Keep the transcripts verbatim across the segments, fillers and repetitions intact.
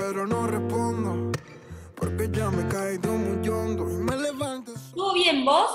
pero no respondo, porque ya me caí de un hondo y me levanto. ¿Estuvo bien vos?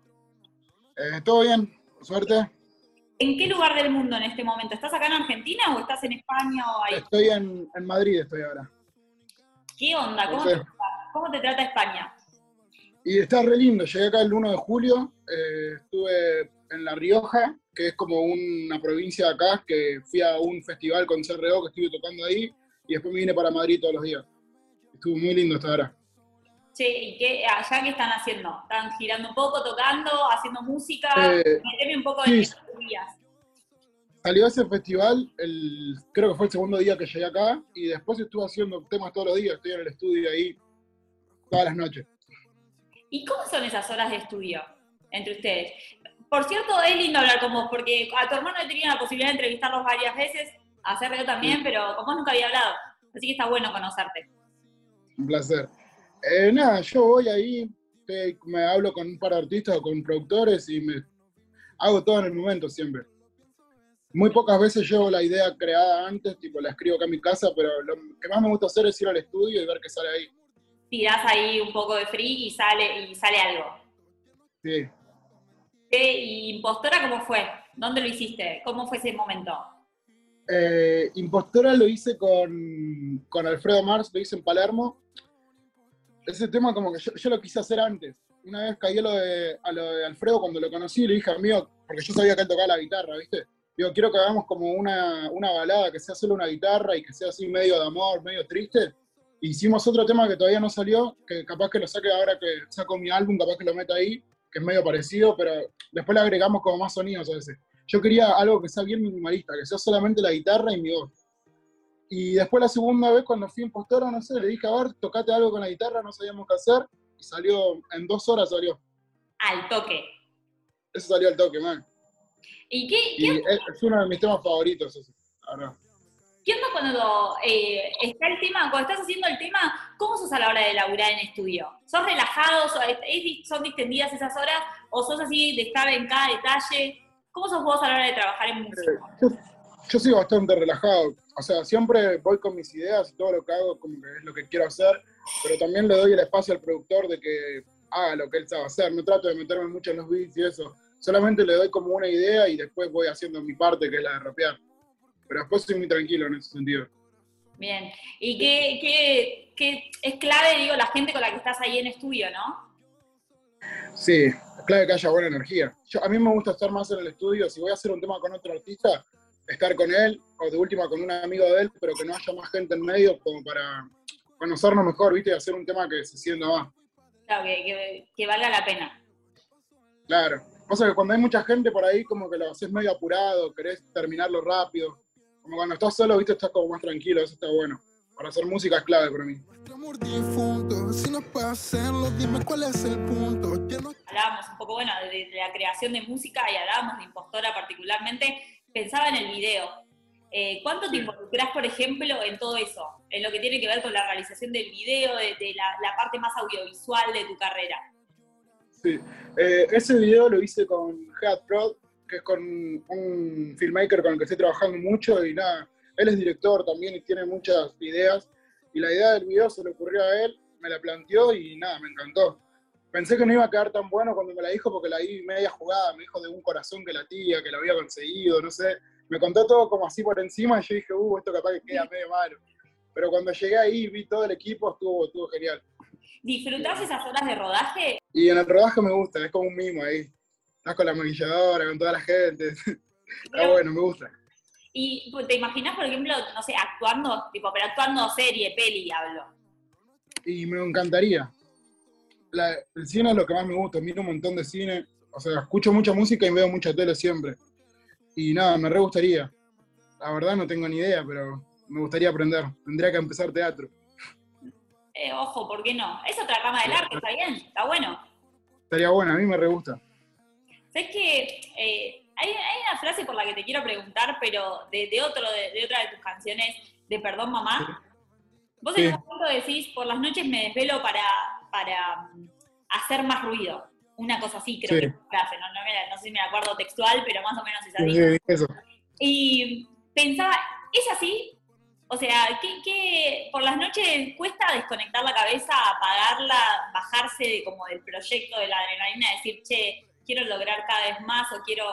Eh, ¿Todo bien? ¿Suerte? ¿En qué lugar del mundo en este momento? ¿Estás acá en Argentina o estás en España o ahí? Estoy en, en Madrid, estoy ahora. ¿Qué onda? ¿Cómo, Sí. te, ¿Cómo te trata España? Y está re lindo, llegué acá el uno de julio, eh, estuve en La Rioja, que es como una provincia de acá, que fui a un festival con C R O que estuve tocando ahí, y después me vine para Madrid todos los días. Estuvo muy lindo hasta ahora. Che, ¿y qué, allá qué están haciendo? ¿Están girando un poco, tocando, haciendo música? Eh, Meteme un poco sí, en estos días. Salió ese festival, el, creo que fue el segundo día que llegué acá, y después estuve haciendo temas todos los días, estoy en el estudio ahí todas las noches. ¿Y cómo son esas horas de estudio entre ustedes? Por cierto, es lindo hablar con vos, porque a tu hermano he tenido la posibilidad de entrevistarlos varias veces, a C R O también, Sí. pero con vos nunca había hablado, así que está bueno conocerte. Un placer. Eh, nada, yo voy ahí, te- me hablo con un par de artistas o con productores y me hago todo en el momento siempre. Muy pocas veces llevo la idea creada antes, tipo la escribo acá en mi casa, pero lo que más me gusta hacer es ir al estudio y ver qué sale ahí. Tirás ahí un poco de free y sale, y sale algo. Sí. ¿Eh? ¿Y Impostora cómo fue? ¿Dónde lo hiciste? ¿Cómo fue ese momento? Eh, Impostora lo hice con, con Alfredo Mars, lo hice en Palermo. Ese tema como que yo, yo lo quise hacer antes. Una vez caí a lo, de, a lo de Alfredo cuando lo conocí y le dije, amigo, porque yo sabía que él tocaba la guitarra, ¿viste? Digo, quiero que hagamos como una, una balada, que sea solo una guitarra y que sea así medio de amor, medio triste. Hicimos otro tema que todavía no salió, que capaz que lo saque ahora que saco mi álbum, capaz que lo meta ahí, que es medio parecido, pero después le agregamos como más sonidos a ese. Yo quería algo que sea bien minimalista, que sea solamente la guitarra y mi voz. Y después la segunda vez cuando fui Impostora, no sé, le dije, a ver, tocate algo con la guitarra, no sabíamos qué hacer, y salió, en dos horas salió. Al toque. Eso salió al toque, man. ¿Y qué, Y qué, es, es uno de mis temas favoritos, ese, la verdad. qué onda cuando eh, está el tema, cuando estás haciendo el tema, cómo sos a la hora de laburar en estudio? ¿Sos relajado? ¿Sos- es- ¿Son distendidas esas horas? ¿O sos así de estar en cada detalle? ¿Cómo sos vos a la hora de trabajar en música? Yo, yo soy bastante relajado, o sea, siempre voy con mis ideas y todo lo que hago como que es lo que quiero hacer, pero también le doy el espacio al productor de que haga lo que él sabe hacer, no trato de meterme mucho en los beats y eso, solamente le doy como una idea y después voy haciendo mi parte, que es la de rapear. Pero después soy muy tranquilo en ese sentido. Bien. ¿Y qué, qué, qué es clave, digo, la gente con la que estás ahí en estudio, ¿no? Sí, es clave que haya buena energía. Yo, a mí me gusta estar más en el estudio, si voy a hacer un tema con otro artista, estar con él, o de última con un amigo de él, pero que no haya más gente en medio como para conocernos mejor, ¿viste? Y hacer un tema que se sienta más. Claro, que, que, que valga la pena. Claro. Pasa que cuando hay mucha gente por ahí, como que lo haces medio apurado, querés terminarlo rápido. Como cuando estás solo, ¿viste? Estás como más tranquilo, eso está bueno. Para hacer música es clave para mí. Nuestro amor difunto, si no puedes hacerlo, dime cuál es el punto. Ya no- Hablábamos un poco, bueno, de, de la creación de música y hablábamos de Impostora particularmente. Pensaba en el video. Eh, ¿Cuánto te involucrás, por ejemplo, en todo eso? En lo que tiene que ver con la realización del video, de, de la, la parte más audiovisual de tu carrera. Sí. Eh, ese video lo hice con Head Prod, que es con un filmmaker con el que estoy trabajando mucho y nada, él es director también y tiene muchas ideas y la idea del video se le ocurrió a él, me la planteó y nada, me encantó. Pensé que no iba a quedar tan bueno cuando me la dijo porque la vi media jugada, me dijo de un corazón que latía, que lo había conseguido, no sé, me contó todo como así por encima y yo dije, uh, esto capaz que queda medio malo. Pero cuando llegué ahí y vi todo el equipo, estuvo, estuvo genial. ¿Disfrutás esas horas de rodaje? Y en el rodaje me gusta, es como un mimo ahí. Estás con la maquilladora, con toda la gente. Está bueno, me gusta. ¿Y te imaginás, por ejemplo, no sé, actuando, tipo, pero actuando serie, peli, hablo? Y me encantaría. La- el cine es lo que más me gusta, miro un montón de cine. O sea, escucho mucha música y veo mucha tele siempre. Y nada, me re gustaría. La verdad no tengo ni idea, pero me gustaría aprender. Tendría que empezar teatro. Eh, ojo, ¿por qué no? Es otra rama del arte, está bien, está bueno. Estaría bueno, a mí me re gusta. ¿Sabes que eh, hay, hay una frase por la que te quiero preguntar, pero de, de, otro, de, de otra de tus canciones, de Perdón Mamá? Vos Sí. en un momento decís, por las noches me desvelo para, para um, hacer más ruido. Una cosa así, creo Sí. que es la frase, no, no, me la- no sé si me acuerdo textual, pero más o menos es así. Sí, sí, eso. Y pensaba, ¿es así? O O sea, ¿qué, qué, por las noches cuesta desconectar la cabeza, apagarla, bajarse de, como del proyecto de la adrenalina, decir, che, quiero lograr cada vez más o quiero...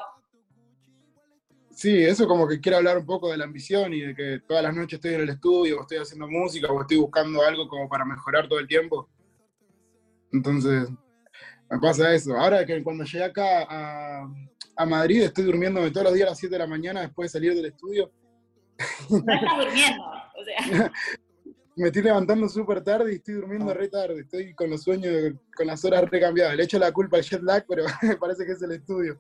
Sí, eso como que quiero hablar un poco de la ambición y de que todas las noches estoy en el estudio, o estoy haciendo música, o estoy buscando algo como para mejorar todo el tiempo. Entonces, me pasa eso. Ahora que cuando llegué acá a, a Madrid, estoy durmiéndome todos los días a las siete de la mañana después de salir del estudio. No estás durmiendo, o sea... Me estoy levantando súper tarde y estoy durmiendo re tarde. Estoy con los sueños, con las horas recambiadas. Le echo la culpa al jet lag, pero me parece que es el estudio.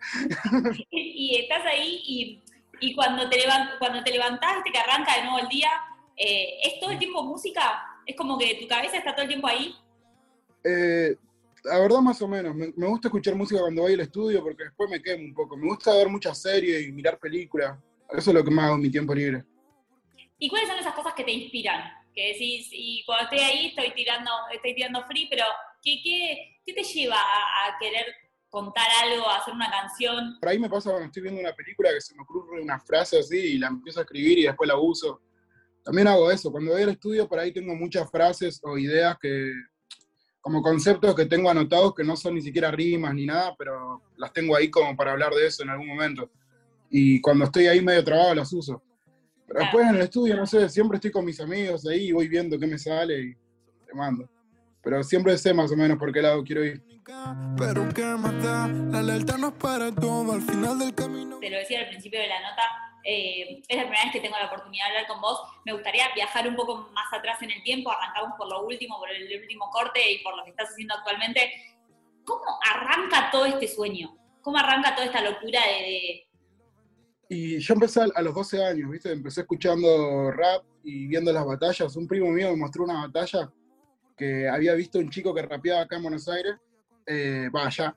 Y estás ahí y, y cuando, te levant, cuando te levantás, viste que arranca de nuevo el día, eh, ¿es todo el tiempo música? ¿Es como que tu cabeza está todo el tiempo ahí? Eh, la verdad, más o menos. Me, me gusta escuchar música cuando voy al estudio porque después me quemo un poco. Me gusta ver muchas series y mirar películas. Eso es lo que más hago en mi tiempo libre. ¿Y cuáles son esas cosas que te inspiran? Que decís, y cuando estoy ahí estoy tirando, estoy tirando free, pero ¿qué, qué, qué te lleva a, a querer contar algo, a hacer una canción? Por ahí me pasa cuando estoy viendo una película que se me ocurre una frase así y la empiezo a escribir y después la uso. También hago eso. Cuando voy al estudio, por ahí tengo muchas frases o ideas que, como conceptos que tengo anotados que no son ni siquiera rimas ni nada, pero las tengo ahí como para hablar de eso en algún momento. Y cuando estoy ahí medio trabado las uso. Pero Claro. después en el estudio, no sé, siempre estoy con mis amigos ahí y voy viendo qué me sale y te mando. Pero siempre sé más o menos por qué lado quiero ir. Pero qué más da, la lealtad no es para todo, al final del camino. Te lo decía al principio de la nota, eh, es la primera vez que tengo la oportunidad de hablar con vos. Me gustaría viajar un poco más atrás en el tiempo, arrancamos por lo último, por el último corte y por lo que estás haciendo actualmente. ¿Cómo arranca todo este sueño? ¿Cómo arranca toda esta locura de... de... Y yo empecé a los doce años, ¿viste? Empecé escuchando rap y viendo las batallas. Un primo mío me mostró una batalla que había visto un chico que rapeaba acá en Buenos Aires, eh, va allá,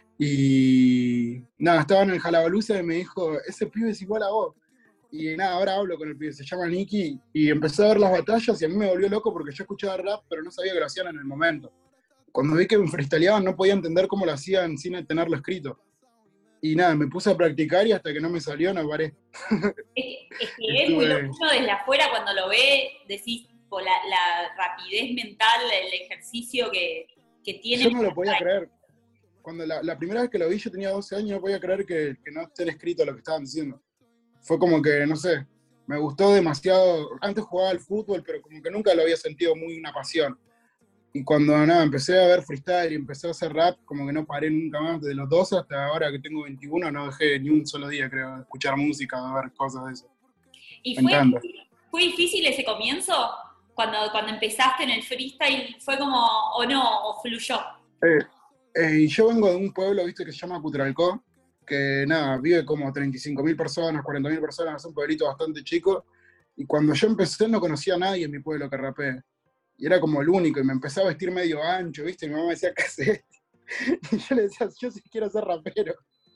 y nada, estaba en el Jalabaluza y me dijo, ese pibe es igual a vos. Y nada, ahora hablo con el pibe, se llama Nicky, y empecé a ver las batallas y a mí me volvió loco porque yo escuchaba rap, pero no sabía que lo hacían en el momento. Cuando vi que me freestyleaban no podía entender cómo lo hacían sin tenerlo escrito. Y nada, me puse a practicar y hasta que no me salió no paré. Es, es que es muy loco, uno desde afuera cuando lo ve, decís, por la, la rapidez mental, el ejercicio que, que tiene. Yo no lo podía creer. Cuando la, la primera vez que lo vi, yo tenía doce años, no podía creer que, que no estén escrito lo que estaban diciendo. Fue como que, no sé, me gustó demasiado. Antes jugaba al fútbol, pero como que nunca lo había sentido muy una pasión. Y cuando nada, empecé a ver freestyle y empecé a hacer rap, como que no paré nunca más. Desde los doce hasta ahora que tengo veintiuno, no dejé ni un solo día, creo, de escuchar música, de ver cosas de eso. ¿Y Me fue, encanta. fue difícil ese comienzo? Cuando, cuando empezaste en el freestyle, ¿fue como, o no, o fluyó? Eh, eh, y yo vengo de un pueblo, viste, que se llama Cutralcó, que nada, vive como treinta y cinco mil personas, cuarenta mil personas, es un pueblito bastante chico. Y cuando yo empecé no conocía a nadie en mi pueblo que rapee. Y era como el único, y me empezaba a vestir medio ancho, ¿viste? Y mi mamá me decía, ¿qué haces? Y yo le decía, yo sí quiero ser rapero.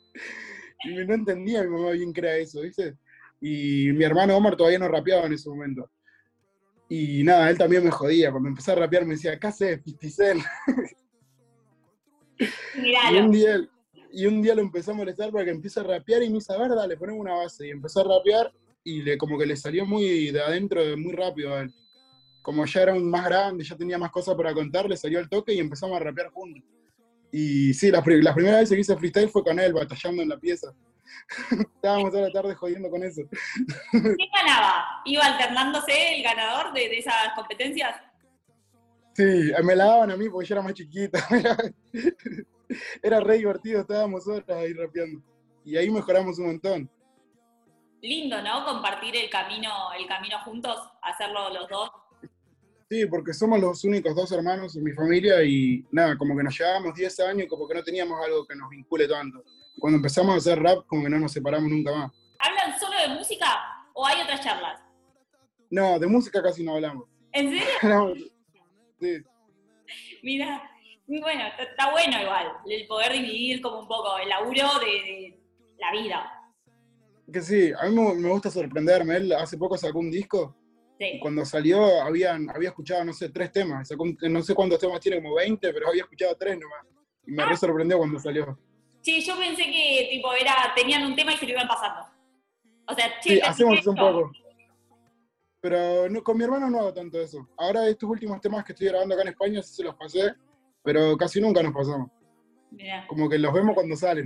Y no entendía mi mamá bien que era eso, ¿viste? Y mi hermano Omar todavía no rapeaba en ese momento. Y nada, él también me jodía. Cuando empecé a rapear me decía, ¿qué haces, Pisticel? Y un, día, y un día lo empezó a molestar para que empiece a rapear y me dice, a ver, dale, poneme una base. Y empezó a rapear y le, como que le salió muy de adentro, muy rápido a él. Como ya era más grande, ya tenía más cosas para contar, le salió el toque y empezamos a rapear juntos. Y sí, la, la primera vez que hice freestyle fue con él, batallando en la pieza. Estábamos toda la tarde jodiendo con eso. ¿Quién ganaba? ¿Iba alternándose el ganador de, de esas competencias? Sí, me la daban a mí porque yo era más chiquita. Era re divertido, estábamos horas ahí rapeando. Y ahí mejoramos un montón. Lindo, ¿no? Compartir el camino, el camino juntos, hacerlo los dos. Sí, porque somos los únicos dos hermanos en mi familia y nada, como que nos llevábamos diez años y como que no teníamos algo que nos vincule tanto. Cuando empezamos a hacer rap, como que no nos separamos nunca más. ¿Hablan solo de música o hay otras charlas? No, de música casi no hablamos. ¿En serio? Sí. Mira, bueno, está bueno igual, el poder dividir como un poco el laburo de, de la vida. Que sí, a mí me, me gusta sorprenderme. Él hace poco sacó un disco. Sí. Y cuando salió habían, había escuchado, no sé, tres temas. Sacó, no sé cuántos temas tiene, como veinte, pero había escuchado tres nomás. Y me Ah. re sorprendió cuando salió. Sí, yo pensé que tipo era, tenían un tema y se lo iban pasando. O sea, che, Sí, hacemos eso un poco. pero no, con mi hermano no hago tanto eso. Ahora estos últimos temas que estoy grabando acá en España sí se los pasé, pero casi nunca nos pasamos. Mirá. Como que los vemos cuando salen.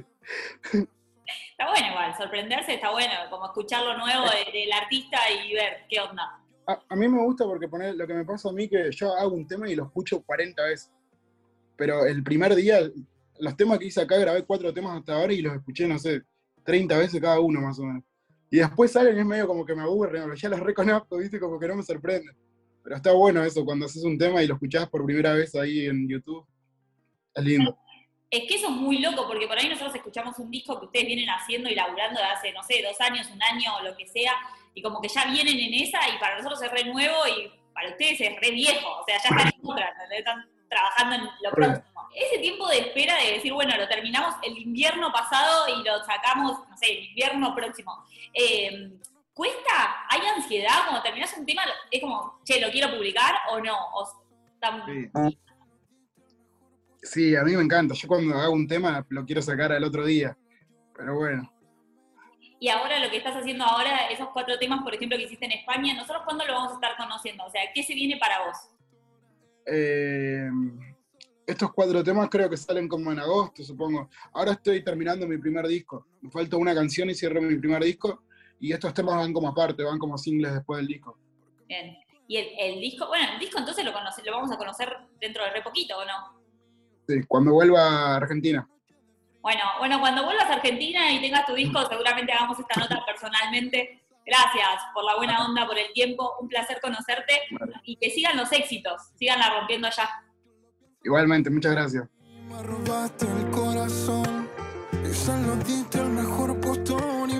Está bueno igual, sorprenderse está bueno, como escuchar lo nuevo de- del artista y ver qué onda. A, a mí me gusta porque poner, lo que me pasa a mí que yo hago un tema y lo escucho cuarenta veces. Pero el primer día, los temas que hice acá, grabé cuatro temas hasta ahora y los escuché, no sé, treinta veces cada uno más o menos. Y después salen y es medio como que me aburren, ya los reconozco, ¿viste? Como que no me sorprende. Pero está bueno eso, cuando haces un tema y lo escuchás por primera vez ahí en YouTube. Es lindo. Es que eso es muy loco, porque por ahí nosotros escuchamos un disco que ustedes vienen haciendo y laburando de hace, no sé, dos años, un año o lo que sea, y como que ya vienen en esa, y para nosotros es re nuevo, y para ustedes es re viejo, o sea, ya están en otra, ¿entendés? Están trabajando en lo próximo. Ese tiempo de espera de decir, bueno, lo terminamos el invierno pasado y lo sacamos, no sé, el invierno próximo. Eh, ¿Cuesta? ¿Hay ansiedad cuando terminás un tema? ¿Es como, che, lo quiero publicar o no? O, tan... Sí. Sí, a mí me encanta. Yo cuando hago un tema lo quiero sacar al otro día. Pero bueno. Y ahora lo que estás haciendo ahora, esos cuatro temas, por ejemplo, que hiciste en España, ¿nosotros cuándo lo vamos a estar conociendo? O sea, ¿qué se viene para vos? Eh, estos cuatro temas creo que salen como en agosto, supongo. Ahora estoy terminando mi primer disco. Me falta una canción y cierro mi primer disco. Y estos temas van como aparte, van como singles después del disco. Bien. Y el, el disco, bueno, el disco entonces lo, conoce, lo vamos a conocer dentro de re poquito, ¿o no? Sí, cuando vuelva a Argentina. Bueno, bueno, cuando vuelvas a Argentina y tengas tu disco, seguramente hagamos esta nota personalmente. Gracias por la buena onda, por el tiempo, un placer conocerte y que sigan los éxitos, siganla rompiendo allá. Igualmente, muchas gracias. Me robaste el corazón, esa lo diste el mejor postón.